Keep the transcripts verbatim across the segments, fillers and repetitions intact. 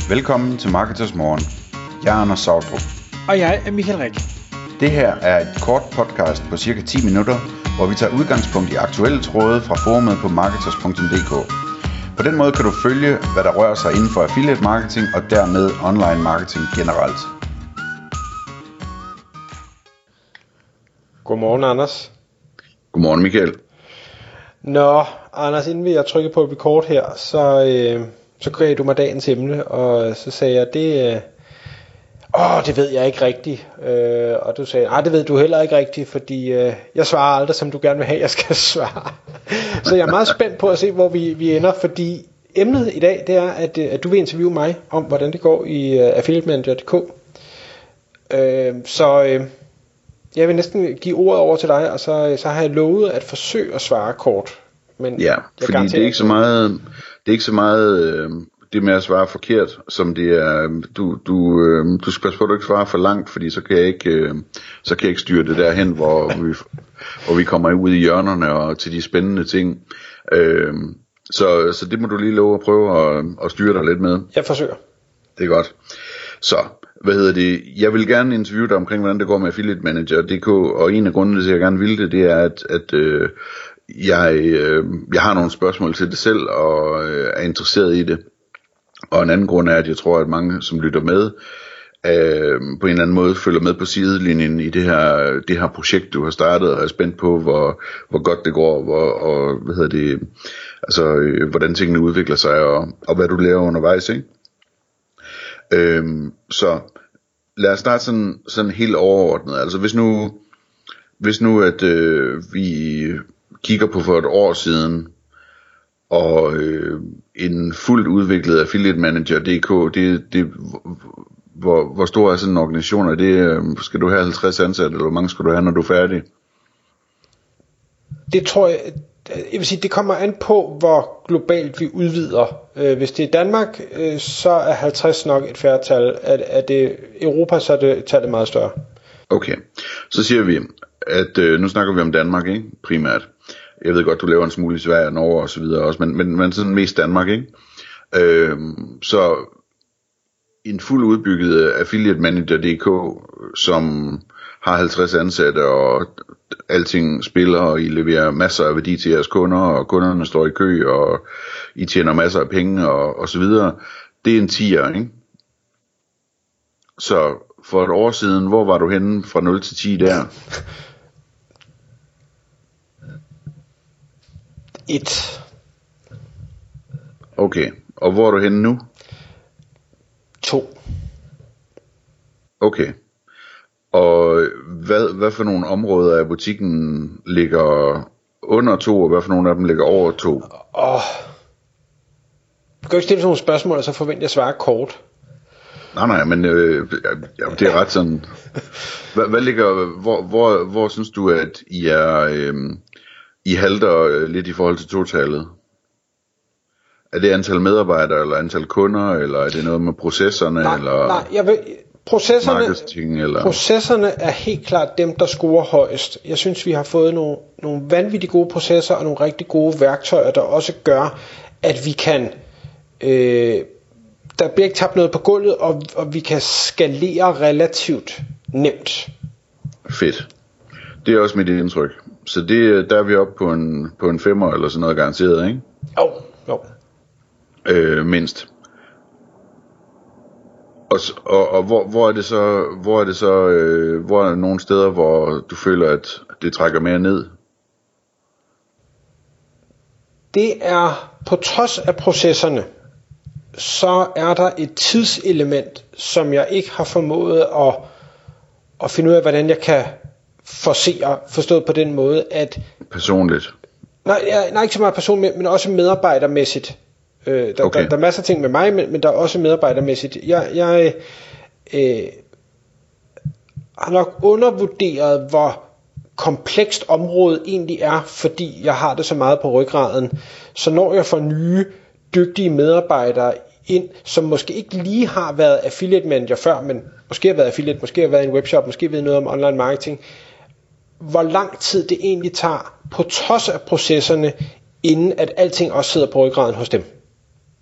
Velkommen til Marketers Morgen. Jeg er Anders Sautrup. Og jeg er Michael Rik. Det her er et kort podcast på cirka ti minutter, hvor vi tager udgangspunkt i aktuelle tråde fra forumet på marketers punktum d k. På den måde kan du følge, hvad der rører sig inden for affiliate marketing og dermed online marketing generelt. Godmorgen, Anders. Godmorgen, Michael. Nå, Anders, inden vi har trykket på record her, så, øh, så gav du mig dagens emne, og så sagde jeg, det, øh, åh, det ved jeg ikke rigtigt. Øh, og du sagde, nej, det ved du heller ikke rigtigt, fordi øh, jeg svarer aldrig, som du gerne vil have, jeg skal svare. Så jeg er meget spændt på at se, hvor vi, vi ender, fordi emnet i dag, det er, at, at du vil interviewe mig om, hvordan det går i uh, affiliate manager punktum d k. Øh, så... Øh, Jeg vil næsten give ordet over til dig, og så, så har jeg lovet at forsøge at svare kort. Men ja, fordi det er ikke så meget, det er ikke så meget øh, det med at svare forkert, som det er. Du, du, øh, du skal passe på, at du ikke svarer for langt, fordi så kan jeg ikke, øh, så kan jeg ikke styre det derhen, hvor vi, hvor vi kommer ud i hjørnerne og til de spændende ting. Øh, så, så det må du lige love at prøve at, at styre dig lidt med. Jeg forsøger. Det er godt. Så, hvad hedder det? Jeg vil gerne interviewe dig omkring, hvordan det går med affiliate manager punktum d k, og en af grundene til, at jeg gerne vil det, det er, at, at øh, jeg, øh, jeg har nogle spørgsmål til det selv, og øh, er interesseret i det. Og en anden grund er, at jeg tror, at mange, som lytter med, øh, på en eller anden måde følger med på sidelinjen i det her, det her projekt, du har startet, og er spændt på, hvor, hvor godt det går, hvor, og hvad hedder det, altså, øh, hvordan tingene udvikler sig, og, og hvad du lærer undervejs, ikke? Øhm, så lad os starte sådan, sådan helt overordnet. Altså hvis nu Hvis nu at øh, vi kigger på for et år siden, og øh, en fuldt udviklet affiliate manager punktum d k, det, det, hvor, hvor stor er sådan en organisation? Er det, øh, skal du have halvtreds ansatte, eller hvor mange skal du have, når du er færdig? Det tror jeg, jeg vil sige, det kommer an på, hvor globalt vi udvider. Hvis det er Danmark, så er halvtreds nok et færre tal. Er det Europa, så er det tallet meget større. Okay, så siger vi, at øh, nu snakker vi om Danmark, ikke? Primært. Jeg ved godt, du laver en smule i Sverige og Norge og så videre også, men, men, men sådan mest Danmark, ikke? Øh, så en fuldt udbygget affiliate manager punktum d k, som har halvtreds ansatte, og alting spiller, og I leverer masser af værdi til jeres kunder, og kunderne står i kø, og I tjener masser af penge, og, og så videre. Det er en tier, ikke? Så for et år siden, hvor var du henne fra nul til ti der? Et. Okay, og hvor er du henne nu? To. Okay. Og hvad, hvad for nogle områder af butikken ligger under to, og hvad for nogle af dem ligger over to? Åh. Du kan jo ikke stille sådan nogle spørgsmål, og så forventer jeg svare kort. Nej, nej, men øh, ja, det er ret sådan. Hvad, hvad ligger, hvor, hvor, hvor synes du, at I er, øh, I halter lidt i forhold til totallet? Er det antal medarbejdere, eller antal kunder, eller er det noget med processerne? Nej, eller nej, jeg vil, processerne, marketing, eller? processerne er helt klart dem, der scorer højst. Jeg synes, vi har fået nogle, nogle vanvittigt gode processer, og nogle rigtig gode værktøjer, der også gør, at vi kan... Øh, der bliver ikke tabt noget på gulvet, og, og vi kan skalere relativt nemt. Fedt. Det er også mit indtryk. Så det, der er vi oppe på en, på en femmer eller sådan noget garanteret, ikke? Jo, jo. Øh, mindst. Og, og, og hvor, hvor er det så, hvor er det så, øh, hvor er der nogle steder, hvor du føler, at det trækker mere ned? Det er på trods af processerne, så er der et tidselement, som jeg ikke har formået at, at finde ud af, hvordan jeg kan forsere, forstået på den måde, at... Personligt? Nej, nej ikke så meget personligt, men også medarbejdermæssigt. Øh, der, okay. der, der er masser af ting med mig, men, men der er også medarbejdermæssigt. Jeg, jeg øh, har nok undervurderet, hvor komplekst området egentlig er, fordi jeg har det så meget på ryggraden. Så når jeg får nye, dygtige medarbejdere ind, som måske ikke lige har været affiliate manager før, men måske har været affiliate, måske har været i en webshop, måske ved noget om online marketing, hvor lang tid det egentlig tager, på trods af processerne, inden at alting også sidder på ryggraden hos dem.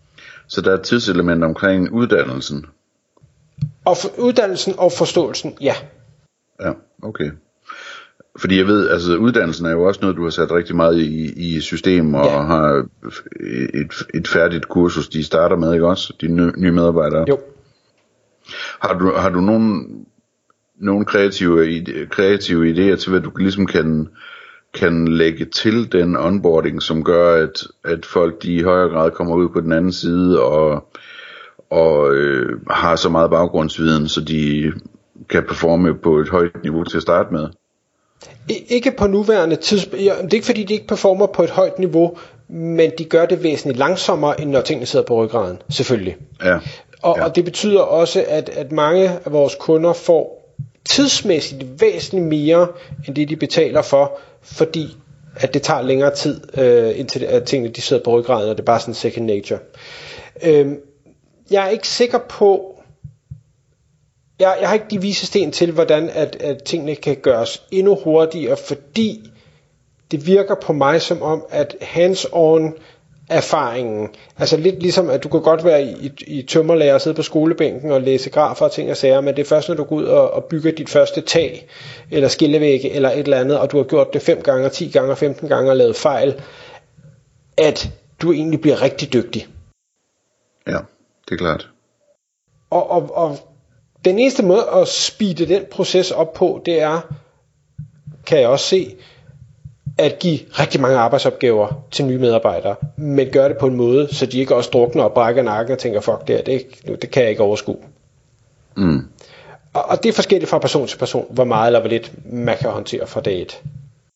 Så der er et tidselement omkring uddannelsen. Og for, uddannelsen og forståelsen, ja. Ja, okay. Fordi jeg ved, altså uddannelsen er jo også noget, du har sat rigtig meget i, i system, og ja. har et, et færdigt kursus, de starter med, ikke også? De nye, nye medarbejdere. Jo. Har du, har du nogen, nogen kreative, kreative idéer til, hvad du ligesom kan, kan lægge til den onboarding, som gør, at, at folk de i højere grad kommer ud på den anden side, og, og øh, har så meget baggrundsviden, så de kan performe på et højt niveau til at starte med? Ikke på nuværende tidspunkt. Det er ikke fordi de ikke performer på et højt niveau, men de gør det væsentligt langsommere, end når tingene sidder på ryggraden, selvfølgelig. Ja. Og, ja. og det betyder også, at, at mange af vores kunder får tidsmæssigt væsentligt mere, end det de betaler for, fordi at det tager længere tid, øh, indtil at tingene de sidder på ryggraden, og det er bare sådan second nature. Øh, jeg er ikke sikker på, Jeg, jeg har ikke de vise sten til, hvordan at, at tingene kan gøres endnu hurtigere, fordi det virker på mig som om, at hands-on erfaringen, altså lidt ligesom, at du kan godt være i, i, i tømmerlærer og sidde på skolebænken og læse grafer og ting og sager, men det er først, når du går ud og, og bygger dit første tag, eller skillevægge, eller et eller andet, og du har gjort det fem gange, ti gange, femten gange og lavet fejl, at du egentlig bliver rigtig dygtig. Ja, det er klart. Og, og, og den eneste måde at speede den proces op på, det er, kan jeg også se, at give rigtig mange arbejdsopgaver til nye medarbejdere, men gøre det på en måde, så de ikke også drukner og brækker nakken og tænker, fuck det her, det, det kan jeg ikke overskue. Mm. Og, og det er forskelligt fra person til person, hvor meget eller hvor lidt man kan håndtere fra dag et.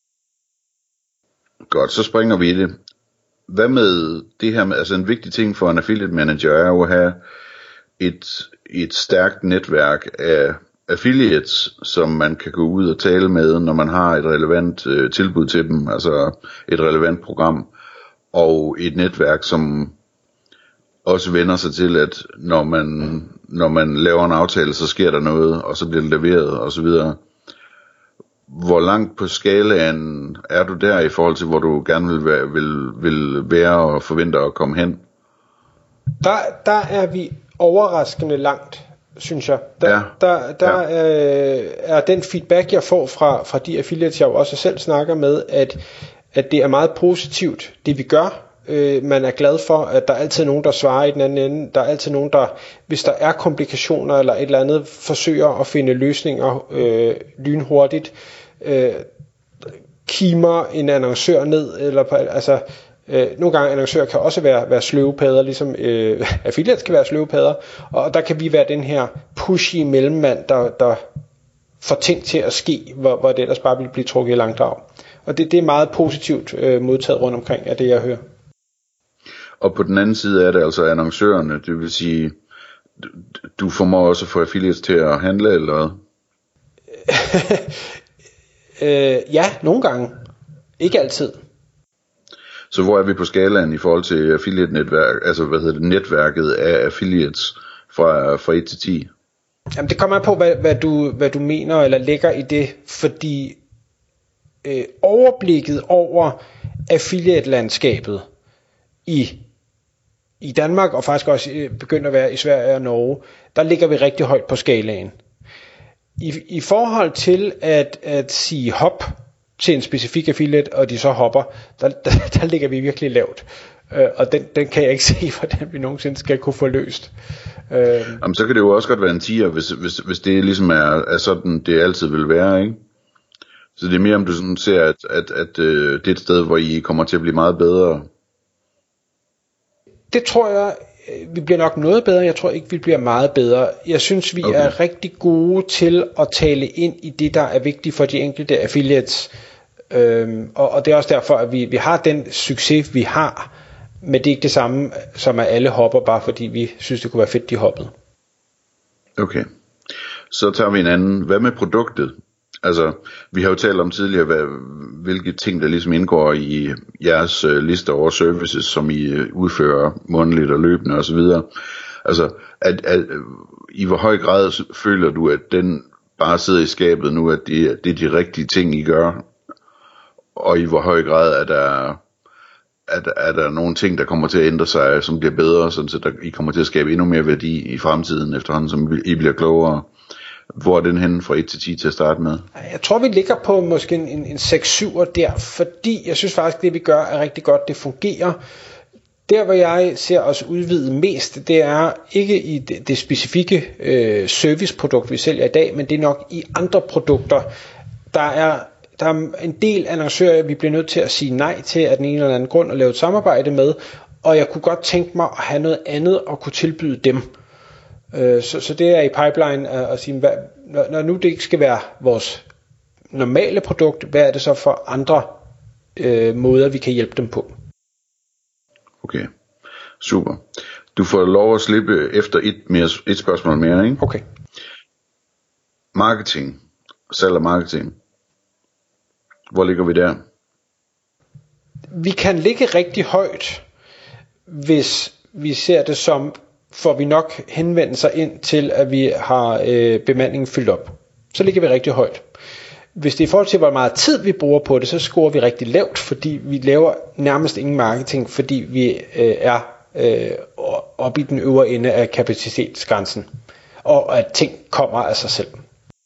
Godt, så springer vi i det. Hvad med det her med, altså en vigtig ting for en affiliate manager er jo at have et, et stærkt netværk af affiliates, som man kan gå ud og tale med, når man har et relevant øh, tilbud til dem, altså et relevant program, og et netværk, som også vender sig til, at når man, når man laver en aftale, så sker der noget, og så bliver det leveret, og så videre. Hvor langt på skalaen er du der i forhold til, hvor du gerne vil være, vil, vil være og forventer at komme hen? Der, der er vi overraskende langt, synes jeg. Der, ja. der, der ja. øh, er den feedback, jeg får fra, fra de affiliates, jeg jo også selv snakker med, at, at det er meget positivt, det vi gør. Øh, man er glad for, at der er altid nogen, der svarer i den anden ende. Der er altid nogen, der, hvis der er komplikationer eller et eller andet, forsøger at finde løsninger øh, lynhurtigt. Øh, kimer en annoncør ned, eller altså øh, nogle gange annoncører kan også være, være sløvepadder, ligesom øh, affiliates kan være sløvepadder, og der kan vi være den her pushy mellemmand, der, der får ting til at ske, hvor, hvor det ellers bare vil blive trukket i langdrag. Og det, det er meget positivt øh, modtaget rundt omkring af det, jeg hører. Og på den anden side er det altså annoncørerne, det vil sige, du formår også at få affiliates til at handle, eller hvad? øh, ja, nogle gange. Ikke altid. Så hvor er vi på skalaen i forhold til affiliate-netværk, altså hvad hedder det, netværket af affiliates fra, fra et til ti? Jamen det kommer an på, hvad, hvad, du, hvad du mener eller lægger i det, fordi øh, overblikket over affiliate-landskabet i, i Danmark, og faktisk også begynder at være i Sverige og Norge, der ligger vi rigtig højt på skalaen. I, i forhold til at, at sige hop til en specifik affiliate, og de så hopper, der, der, der ligger vi virkelig lavt. Øh, og den, den kan jeg ikke se, hvordan vi nogensinde skal kunne få løst. Øh, Jamen, så kan det jo også godt være en tier, hvis, hvis, hvis det ligesom er, er sådan, det altid vil være, ikke? Så det er mere, om du sådan ser, at, at, at øh, det er et sted, hvor I kommer til at blive meget bedre. Det tror jeg, vi bliver nok noget bedre. Jeg tror ikke, vi bliver meget bedre. Jeg synes, vi okay. er rigtig gode til at tale ind i det, der er vigtigt for de enkelte affiliates. Øhm, og, og det er også derfor, at vi, vi har den succes, vi har. Men det er ikke det samme, som at alle hopper, bare fordi vi synes, det kunne være fedt, de hoppede. Okay. Så tager vi en anden. Hvad med produktet? Altså, vi har jo talt om tidligere, hvad, hvilke ting, der ligesom indgår i jeres uh, liste over services, som I uh, udfører månedligt og løbende osv. Altså, at, at, i hvor høj grad føler du, at den bare sidder i skabet nu, at det, det er de rigtige ting, I gør? Og i hvor høj grad er der, er, der, er der nogle ting, der kommer til at ændre sig, som bliver bedre, sådan så der, I kommer til at skabe endnu mere værdi i fremtiden, efterhånden som I bliver klogere? Hvor er den henne fra et til ti til at starte med? Jeg tror, vi ligger på måske en, en seks syv der, fordi jeg synes faktisk, det vi gør er rigtig godt, det fungerer. Der, hvor jeg ser os udvide mest, det er ikke i det, det specifikke øh, serviceprodukt, vi sælger i dag, men det er nok i andre produkter. Der er, der er en del annoncører, vi bliver nødt til at sige nej til af den ene eller anden grund at lave et samarbejde med, og jeg kunne godt tænke mig at have noget andet at kunne tilbyde dem. Øh, så, så det er i pipeline at, at sige, hvad, når, når nu det ikke skal være vores normale produkt, hvad er det så for andre øh, måder, vi kan hjælpe dem på? Okay, super. Du får lov at slippe efter et, mere, et spørgsmål mere, ikke? Okay. Marketing. Salg og marketing. Hvor ligger vi der? Vi kan ligge rigtig højt, hvis vi ser det som, får vi nok henvendelser ind til, at vi har øh, bemandingen fyldt op. Så ligger vi rigtig højt. Hvis det er i forhold til, hvor meget tid vi bruger på det, så scorer vi rigtig lavt, fordi vi laver nærmest ingen marketing, fordi vi øh, er øh, oppe i den øvre ende af kapacitetsgrænsen, og at ting kommer af sig selv.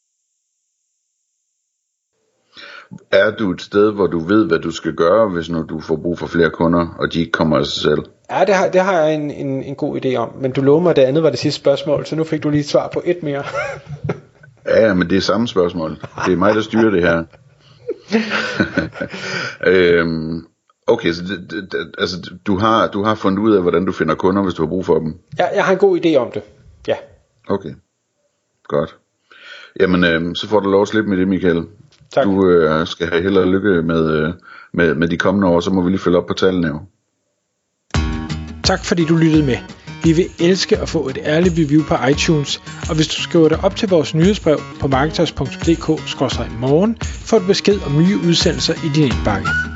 Er du et sted, hvor du ved, hvad du skal gøre, hvis nu du får brug for flere kunder, og de ikke kommer af sig selv? Ja, det har, det har jeg en, en, en god idé om, men du lovede mig, at det andet var det sidste spørgsmål, så nu fik du lige et svar på et mere. Ja, men det er samme spørgsmål. Det er mig, der styrer det her. øhm, okay, så det, det, altså, du har, du har fundet ud af, hvordan du finder kunder, hvis du har brug for dem? Ja, jeg har en god idé om det, ja. Okay, godt. Jamen, øhm, så får du lov at slippe med det, Michael. Tak. Du øh, skal have held og lykke med, øh, med, med de kommende år, så må vi lige følge op på tallene jo. Tak fordi du lyttede med. Vi vil elske at få et ærligt review på iTunes, og hvis du skriver dig op til vores nyhedsbrev på marketers punktum d k skråstreg morgen, får du besked om nye udsendelser i din indbakke.